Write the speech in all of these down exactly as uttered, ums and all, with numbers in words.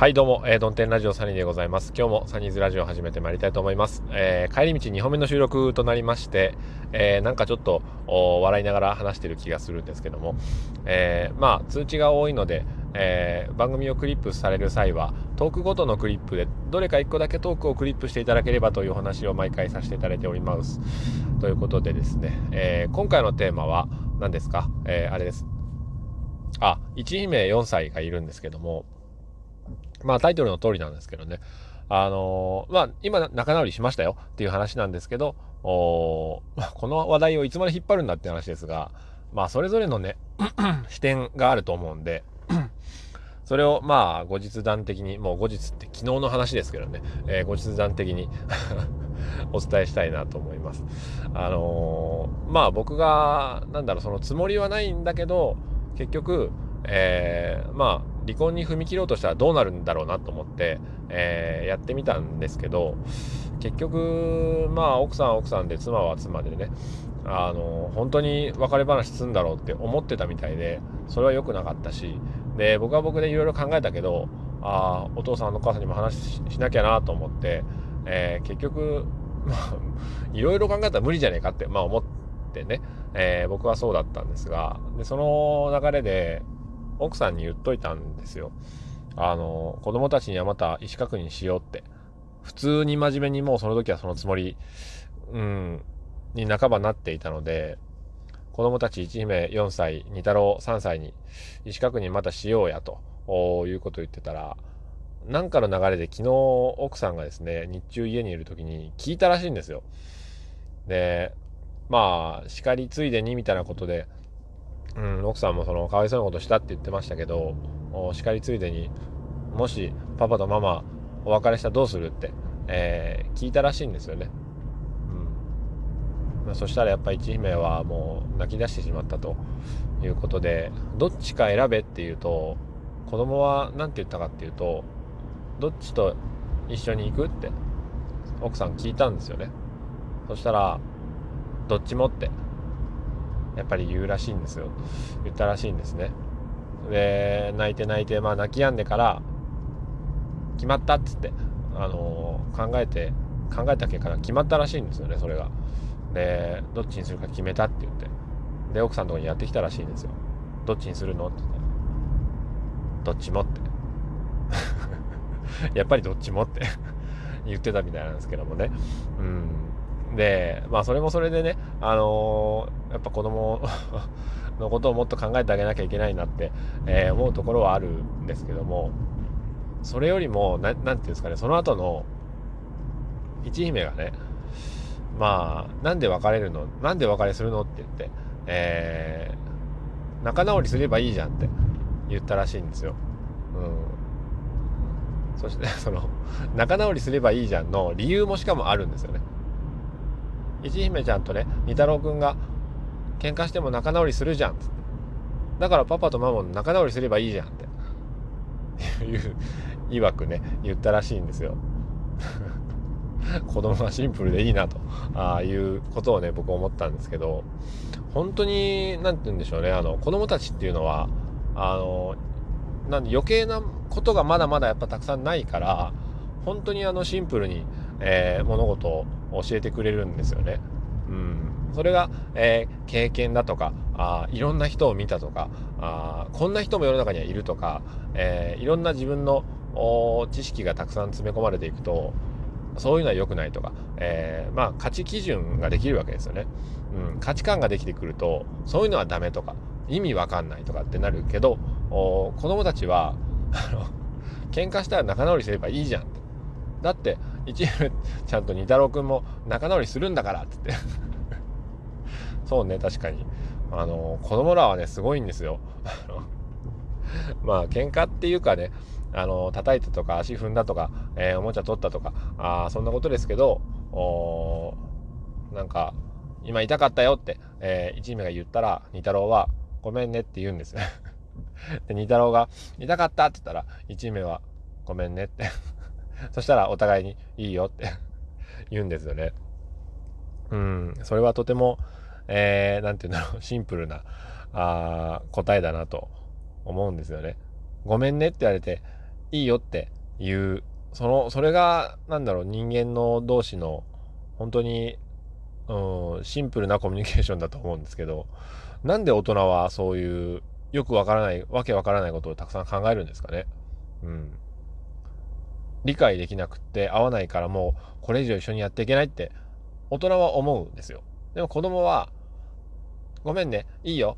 はいどうも、えー、ドンテンラジオサニーでございます。今日もサニーズラジオを始めてまいりたいと思います。えー、帰り道にほんめの収録となりまして、えー、なんかちょっと笑いながら話してる気がするんですけども、えー、まあ通知が多いので、えー、番組をクリップされる際はトークごとのクリップでどれかいっこだけトークをクリップしていただければというお話を毎回させていただいております。ということでですね、えー、今回のテーマは何ですか？えー、あれです。あ、一姫よんさいがいるんですけども、まあタイトルの通りなんですけどね。あのーまあ今仲直りしましたよっていう話なんですけど、おまあ、この話題をいつまで引っ張るんだって話ですが、まあそれぞれのね、視点があると思うんで、それをまあ後日談的に、もう後日って昨日の話ですけどね、えー後日談的にお伝えしたいなと思います。あのーまあ僕が、なんだろう、そのつもりはないんだけど、結局、えーまあ離婚に踏み切ろうとしたらどうなるんだろうなと思って、えーやってみたんですけど、結局、まあ奥さんは奥さんで妻は妻でね、あの本当に別れ話するんだろうって思ってたみたいで、それは良くなかったし、で僕は僕でいろいろ考えたけど、あお父さんお母さんにも話 し, しなきゃなと思って、えー結局まあいろいろ考えたら無理じゃねえかって、まあ、思ってね、えー僕はそうだったんですが、でその流れで奥さんに言っといたんですよ。あの子供たちにはまた意思確認しようって。普通に真面目に、もうその時はそのつもり、うんに半ばなっていたので、子供たちいち姫よんさい、に太郎さんさいに意思確認またしようやということを言ってたら、なんかの流れで昨日奥さんがですね、日中家にいる時に聞いたらしいんですよ。で、まあ叱りついでにみたいなことで、うん、奥さんもそのかわいそうなことしたって言ってましたけど、叱りついでに、もしパパとママお別れしたらどうするって、えー聞いたらしいんですよね。うんまあ、そしたらやっぱ一姫はもう泣き出してしまったということで、どっちか選べっていうと、子供は何て言ったかっていうと、どっちと一緒に行くって奥さん聞いたんですよね。そしたら、どっちもってやっぱり言うらしいんですよ。言ったらしいんですね。で泣いて泣いて、まあ泣き止んでから決まったっつって、あのー考えて考えた結果決まったらしいんですよね、それが。でどっちにするか決めたって言って、で奥さんのとこにやってきたらしいんですよ。どっちにするのって言ったら、どっちもってやっぱりどっちもって言ってたみたいなんですけどもね。うんでまあそれもそれでね、あのーやっぱ子供のことをもっと考えてあげなきゃいけないなって、えー思うところはあるんですけども、それよりもな、なんていうんですかね、その後の一姫がね、まあなんで別れるのなんで別れするのって言って、えー仲直りすればいいじゃんって言ったらしいんですよ。うんそしてその仲直りすればいいじゃんの理由もしかもあるんですよね。一姫ちゃんとね二太郎くんが喧嘩しても仲直りするじゃんっつって、だからパパとママも仲直りすればいいじゃんっていう曰くね言ったらしいんですよ。子供はシンプルでいいなとあいうことをね僕思ったんですけど、本当になんて言うんでしょうね、あの子供たちっていうのは、あのなんで余計なことがまだまだやっぱたくさんないから、本当にあのシンプルに、えー物事を教えてくれるんですよね。うん、それが、えー経験だとか、あいろんな人を見たとか、あこんな人も世の中にはいるとか、えーいろんな自分の知識がたくさん詰め込まれていくと、そういうのは良くないとか、えーまあ価値基準ができるわけですよね。うん、価値観ができてくると、そういうのはダメとか意味わかんないとかってなるけど、子供たちはあの喧嘩したら仲直りすればいいじゃんって、だって一部ちゃんと二太郎くんも仲直りするんだからって言ってそうね、確かにあの子供らはねすごいんですよ。あのまあ喧嘩っていうかね、あの叩いたとか足踏んだとか、えーおもちゃ取ったとか、あそんなことですけど、おなんか今痛かったよって、えー、一味が言ったら二太郎はごめんねって言うんですよ。で二太郎が痛かったって言ったら一味はごめんねってそしたらお互いにいいよって言うんですよね。うんそれはとても、えー、なんていうんだろう、シンプルなあ答えだなと思うんですよね。ごめんねって言われていいよっていう、そのそれがなんだろう、人間の同士の本当に、うん、シンプルなコミュニケーションだと思うんですけど、なんで大人はそういうよくわからないわけわからないことをたくさん考えるんですかね。うん、理解できなくって合わないからもうこれ以上一緒にやっていけないって大人は思うんですよ。でも子供はごめんね、いいよ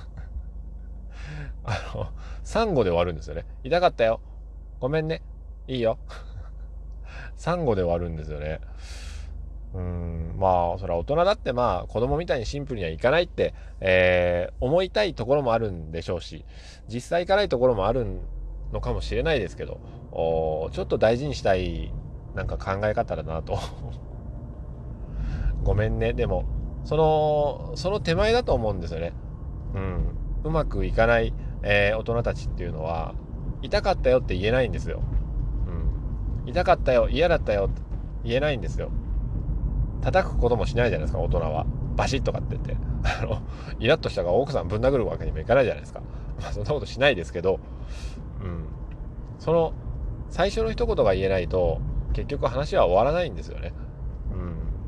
あのサンゴで終わるんですよね。痛かったよ、ごめんね、いいよサンゴで終わるんですよね。うーん、まあそれは大人だってまあ子供みたいにシンプルにはいかないって、えー思いたいところもあるんでしょうし、実際いかないところもあるのかもしれないですけど、おちょっと大事にしたいなんか考え方だなとごめんね。でもそのその手前だと思うんですよね。うん、うまくいかない、えー大人たちっていうのは痛かったよって言えないんですよ。うん、痛かったよ、嫌だったよって言えないんですよ。叩くこともしないじゃないですか、大人は。バシッとかって言って。あの、イラッとしたから奥さんぶん殴るわけにもいかないじゃないですか。まあ、そんなことしないですけど、うん。その、最初の一言が言えないと、結局話は終わらないんですよね。うん。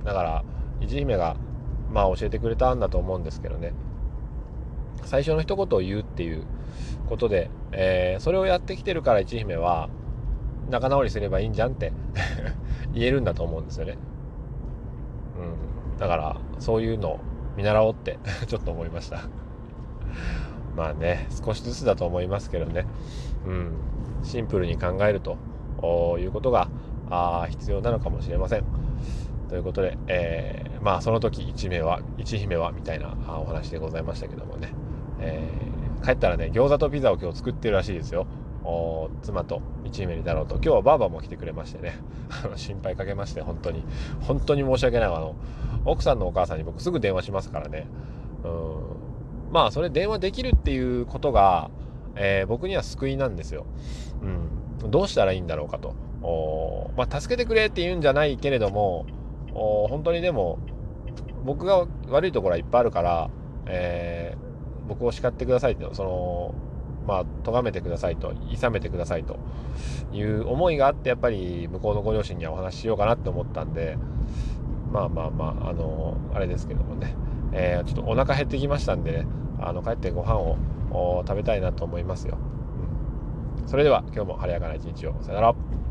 だから、いち姫が、まあ教えてくれたんだと思うんですけどね。最初の一言を言うっていうことで、えーそれをやってきてるからいち姫は、仲直りすればいいんじゃんって言えるんだと思うんですよね。うん、だからそういうのを見習おうってちょっと思いましたまあね、少しずつだと思いますけどね、うん、シンプルに考えるということがあ必要なのかもしれません。ということで、えー、まあその時一名は一姫はみたいなお話でございましたけどもね、えー、帰ったらね餃子とピザを今日作ってるらしいですよ。妻と一姫になろうと。今日はばあばも来てくれましてね心配かけまして本当に本当に申し訳ない。あの奥さんのお母さんに僕すぐ電話しますからね。うん、まあそれ電話できるっていうことが、えー、僕には救いなんですよ。うん、どうしたらいいんだろうかと。おまあ助けてくれって言うんじゃないけれども、お本当にでも僕が悪いところはいっぱいあるから、えー、僕を叱ってくださいと、そのまあ咎めてくださいと、諌めてくださいという思いがあって、やっぱり向こうのご両親にはお話ししようかなって思ったんで、まあまあまああのあれですけどもね、えー、ちょっとお腹減ってきましたんでね、あの帰ってご飯を食べたいなと思いますよ。うん、それでは今日も晴れやかな一日を。さよなら。